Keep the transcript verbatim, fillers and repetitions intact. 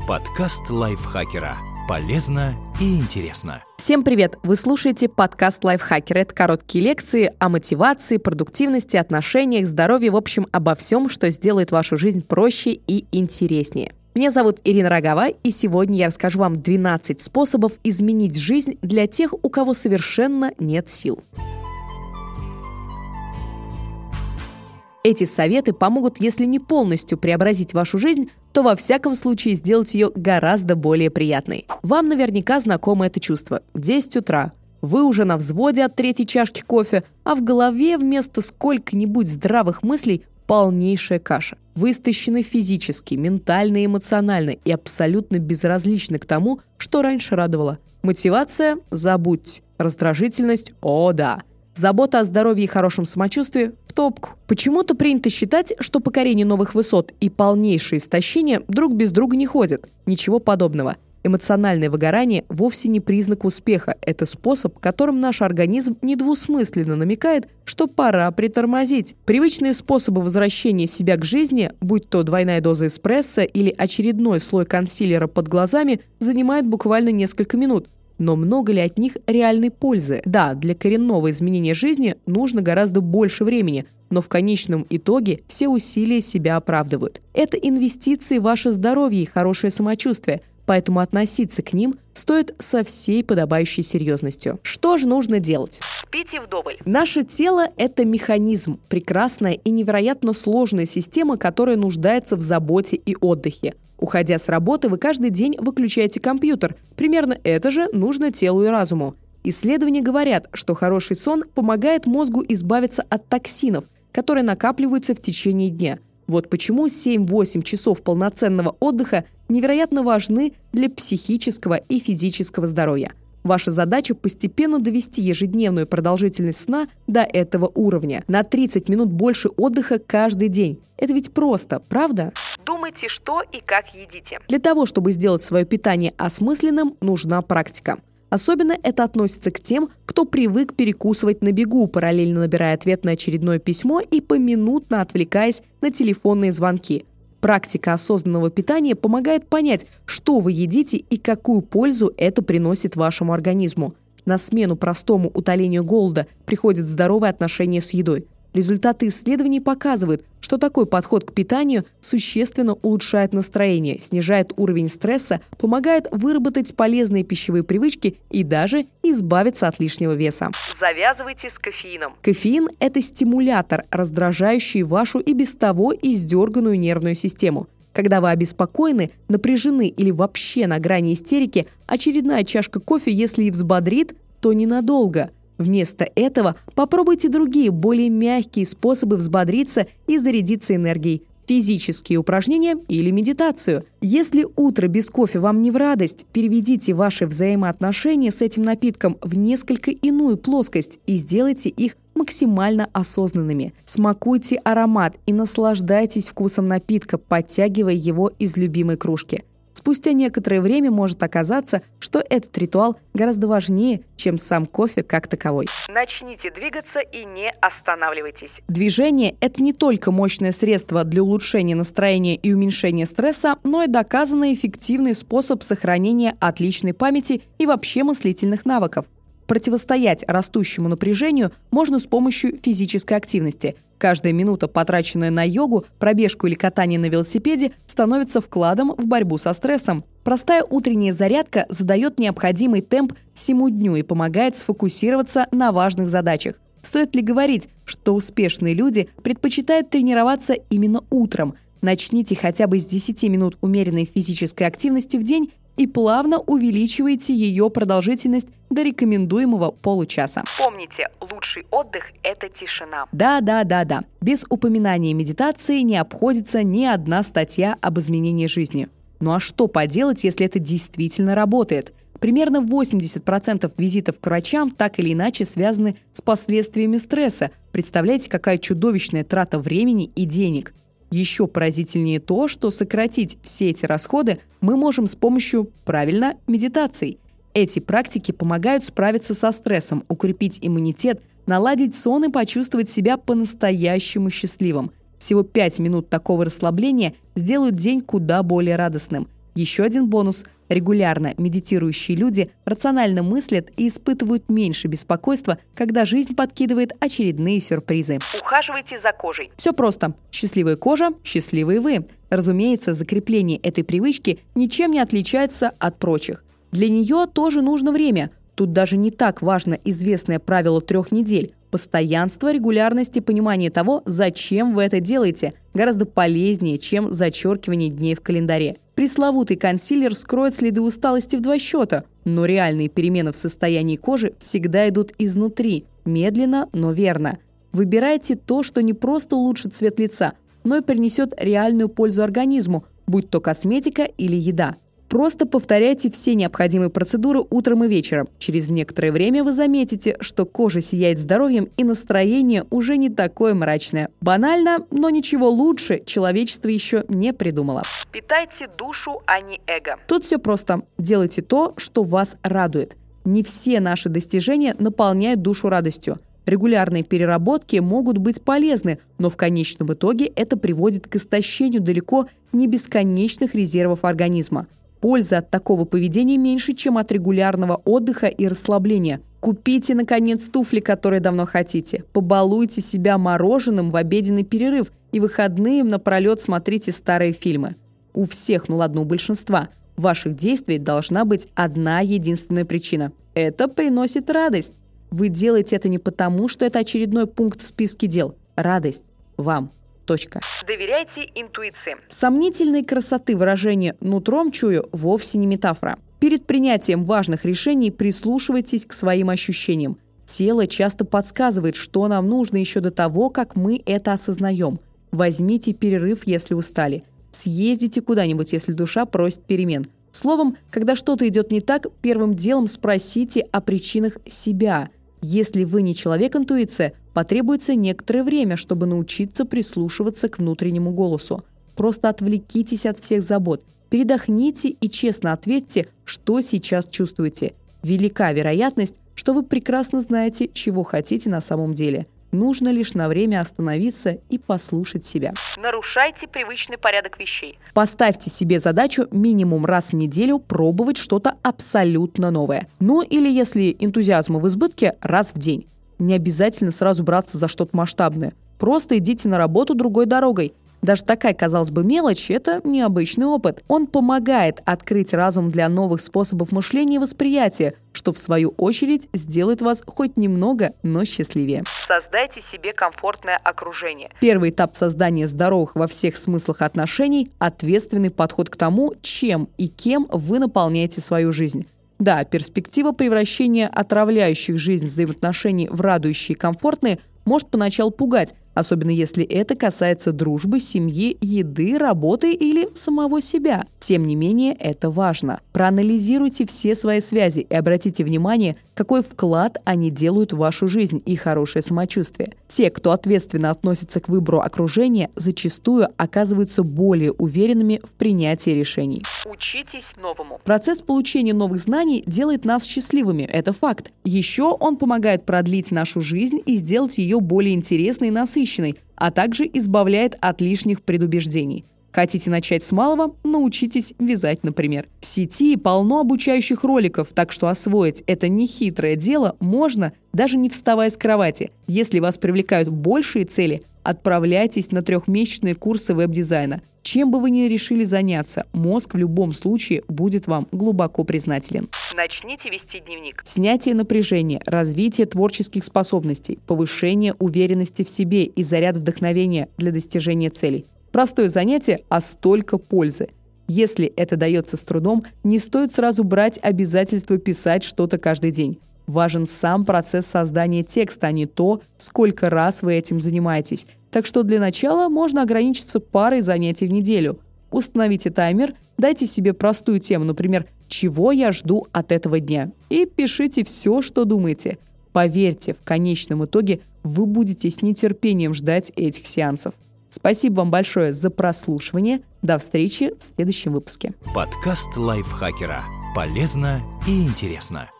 Подкаст лайфхакера. Полезно и интересно. Всем привет! Вы слушаете подкаст лайфхакера. Это короткие лекции о мотивации, продуктивности, отношениях, здоровье, в общем, обо всем, что сделает вашу жизнь проще и интереснее. Меня зовут Ирина Рогава, и сегодня я расскажу вам двенадцать способов изменить жизнь для тех, у кого совершенно нет сил. Эти советы помогут, если не полностью преобразить вашу жизнь, то во всяком случае сделать ее гораздо более приятной. Вам наверняка знакомо это чувство. В десять утра. Вы уже на взводе от третьей чашки кофе, а в голове вместо сколько-нибудь здравых мыслей полнейшая каша. Вы истощены физически, ментально и эмоционально и абсолютно безразличны к тому, что раньше радовало. Мотивация – забудьте. Раздражительность – о да. Забота о здоровье и хорошем самочувствии – в топку. Почему-то принято считать, что покорение новых высот и полнейшее истощение друг без друга не ходят. Ничего подобного. Эмоциональное выгорание вовсе не признак успеха. Это способ, которым наш организм недвусмысленно намекает, что пора притормозить. Привычные способы возвращения себя к жизни, будь то двойная доза эспрессо или очередной слой консилера под глазами, занимают буквально несколько минут. Но много ли от них реальной пользы? Да, для коренного изменения жизни нужно гораздо больше времени, но в конечном итоге все усилия себя оправдывают. Это инвестиции в ваше здоровье и хорошее самочувствие, поэтому относиться к ним стоит со всей подобающей серьезностью. Что же нужно делать? Спите вдоволь. Наше тело – это механизм, прекрасная и невероятно сложная система, которая нуждается в заботе и отдыхе. Уходя с работы, вы каждый день выключаете компьютер. Примерно это же нужно телу и разуму. Исследования говорят, что хороший сон помогает мозгу избавиться от токсинов, которые накапливаются в течение дня. Вот почему семь-восемь часов полноценного отдыха невероятно важны для психического и физического здоровья. Ваша задача – постепенно довести ежедневную продолжительность сна до этого уровня. На тридцать минут больше отдыха каждый день. Это ведь просто, правда? Думайте, что и как едите. Для того, чтобы сделать свое питание осмысленным, нужна практика. Особенно это относится к тем, кто привык перекусывать на бегу, параллельно набирая ответ на очередное письмо и поминутно отвлекаясь на телефонные звонки. Практика осознанного питания помогает понять, что вы едите и какую пользу это приносит вашему организму. На смену простому утолению голода приходит здоровое отношение с едой. Результаты исследований показывают, что такой подход к питанию существенно улучшает настроение, снижает уровень стресса, помогает выработать полезные пищевые привычки и даже избавиться от лишнего веса. Завязывайте с кофеином. Кофеин – это стимулятор, раздражающий вашу и без того издерганную нервную систему. Когда вы обеспокоены, напряжены или вообще на грани истерики, очередная чашка кофе, если и взбодрит, то ненадолго. Вместо этого попробуйте другие, более мягкие способы взбодриться и зарядиться энергией. Физические упражнения или медитацию. Если утро без кофе вам не в радость, переведите ваши взаимоотношения с этим напитком в несколько иную плоскость и сделайте их максимально осознанными. Смакуйте аромат и наслаждайтесь вкусом напитка, подтягивая его из любимой кружки. Спустя некоторое время может оказаться, что этот ритуал гораздо важнее, чем сам кофе как таковой. Начните двигаться и не останавливайтесь. Движение – это не только мощное средство для улучшения настроения и уменьшения стресса, но и доказанно эффективный способ сохранения отличной памяти и вообще мыслительных навыков. Противостоять растущему напряжению можно с помощью физической активности. Каждая минута, потраченная на йогу, пробежку или катание на велосипеде, становится вкладом в борьбу со стрессом. Простая утренняя зарядка задает необходимый темп всему дню и помогает сфокусироваться на важных задачах. Стоит ли говорить, что успешные люди предпочитают тренироваться именно утром? Начните хотя бы с десяти минут умеренной физической активности в день и плавно увеличивайте ее продолжительность до рекомендуемого получаса. Помните, лучший отдых – это тишина. Да-да-да-да. Без упоминания медитации не обходится ни одна статья об изменении жизни. Ну а что поделать, если это действительно работает? Примерно восемьдесят процентов визитов к врачам так или иначе связаны с последствиями стресса. Представляете, какая чудовищная трата времени и денег. Еще поразительнее то, что сократить все эти расходы мы можем с помощью, правильно, медитаций. Эти практики помогают справиться со стрессом, укрепить иммунитет, наладить сон и почувствовать себя по-настоящему счастливым. Всего пять минут такого расслабления сделают день куда более радостным. Еще один бонус. Регулярно медитирующие люди рационально мыслят и испытывают меньше беспокойства, когда жизнь подкидывает очередные сюрпризы. Ухаживайте за кожей. Все просто. Счастливая кожа – счастливые вы. Разумеется, закрепление этой привычки ничем не отличается от прочих. Для нее тоже нужно время. Тут даже не так важно известное правило трех недель. Постоянство, регулярность и понимание того, зачем вы это делаете, гораздо полезнее, чем зачеркивание дней в календаре. Пресловутый консилер скроет следы усталости в два счета, но реальные перемены в состоянии кожи всегда идут изнутри, медленно, но верно. Выбирайте то, что не просто улучшит цвет лица, но и принесет реальную пользу организму, будь то косметика или еда. Просто повторяйте все необходимые процедуры утром и вечером. Через некоторое время вы заметите, что кожа сияет здоровьем и настроение уже не такое мрачное. Банально, но ничего лучше человечество еще не придумало. Питайте душу, а не эго. Тут все просто. Делайте то, что вас радует. Не все наши достижения наполняют душу радостью. Регулярные переработки могут быть полезны, но в конечном итоге это приводит к истощению далеко не бесконечных резервов организма. Польза от такого поведения меньше, чем от регулярного отдыха и расслабления. Купите, наконец, туфли, которые давно хотите. Побалуйте себя мороженым в обеденный перерыв и выходные напролет смотрите старые фильмы. У всех, ну ладно, у большинства, ваших действий должна быть одна единственная причина. Это приносит радость. Вы делаете это не потому, что это очередной пункт в списке дел. Радость вам. Точка. Доверяйте интуиции. Сомнительной красоты выражение «нутром чую» вовсе не метафора. Перед принятием важных решений прислушивайтесь к своим ощущениям. Тело часто подсказывает, что нам нужно еще до того, как мы это осознаем. Возьмите перерыв, если устали. Съездите куда-нибудь, если душа просит перемен. Словом, когда что-то идет не так, первым делом спросите о причинах себя. Если вы не человек-интуиция, потребуется некоторое время, чтобы научиться прислушиваться к внутреннему голосу. Просто отвлекитесь от всех забот, передохните и честно ответьте, что сейчас чувствуете. Велика вероятность, что вы прекрасно знаете, чего хотите на самом деле. Нужно лишь на время остановиться и послушать себя. Нарушайте привычный порядок вещей. Поставьте себе задачу минимум раз в неделю пробовать что-то абсолютно новое. Ну или, если энтузиазма в избытке, раз в день. Не обязательно сразу браться за что-то масштабное. Просто идите на работу другой дорогой. Даже такая, казалось бы, мелочь – это необычный опыт. Он помогает открыть разум для новых способов мышления и восприятия, что в свою очередь сделает вас хоть немного, но счастливее. Создайте себе комфортное окружение. Первый этап создания здоровых во всех смыслах отношений – ответственный подход к тому, чем и кем вы наполняете свою жизнь. Да, перспектива превращения отравляющих жизнь взаимоотношений в радующие и комфортные может поначалу пугать, особенно если это касается дружбы, семьи, еды, работы или самого себя. Тем не менее, это важно. Проанализируйте все свои связи и обратите внимание, какой вклад они делают в вашу жизнь и хорошее самочувствие. Те, кто ответственно относится к выбору окружения, зачастую оказываются более уверенными в принятии решений. Учитесь новому. Процесс получения новых знаний делает нас счастливыми, это факт. Еще он помогает продлить нашу жизнь и сделать ее более интересной и насыщенной, а также избавляет от лишних предубеждений. Хотите начать с малого? Научитесь вязать, например. В сети полно обучающих роликов, так что освоить это нехитрое дело можно, даже не вставая с кровати. Если вас привлекают большие цели, отправляйтесь на трехмесячные курсы веб-дизайна. Чем бы вы ни решили заняться, мозг в любом случае будет вам глубоко признателен. Начните вести дневник. Снятие напряжения, развитие творческих способностей, повышение уверенности в себе и заряд вдохновения для достижения целей. Простое занятие, а столько пользы. Если это дается с трудом, не стоит сразу брать обязательство писать что-то каждый день. Важен сам процесс создания текста, а не то, сколько раз вы этим занимаетесь. Так что для начала можно ограничиться парой занятий в неделю. Установите таймер, дайте себе простую тему, например, «Чего я жду от этого дня?» и пишите все, что думаете. Поверьте, в конечном итоге вы будете с нетерпением ждать этих сеансов. Спасибо вам большое за прослушивание. До встречи в следующем выпуске. Подкаст лайфхакера. Полезно и интересно.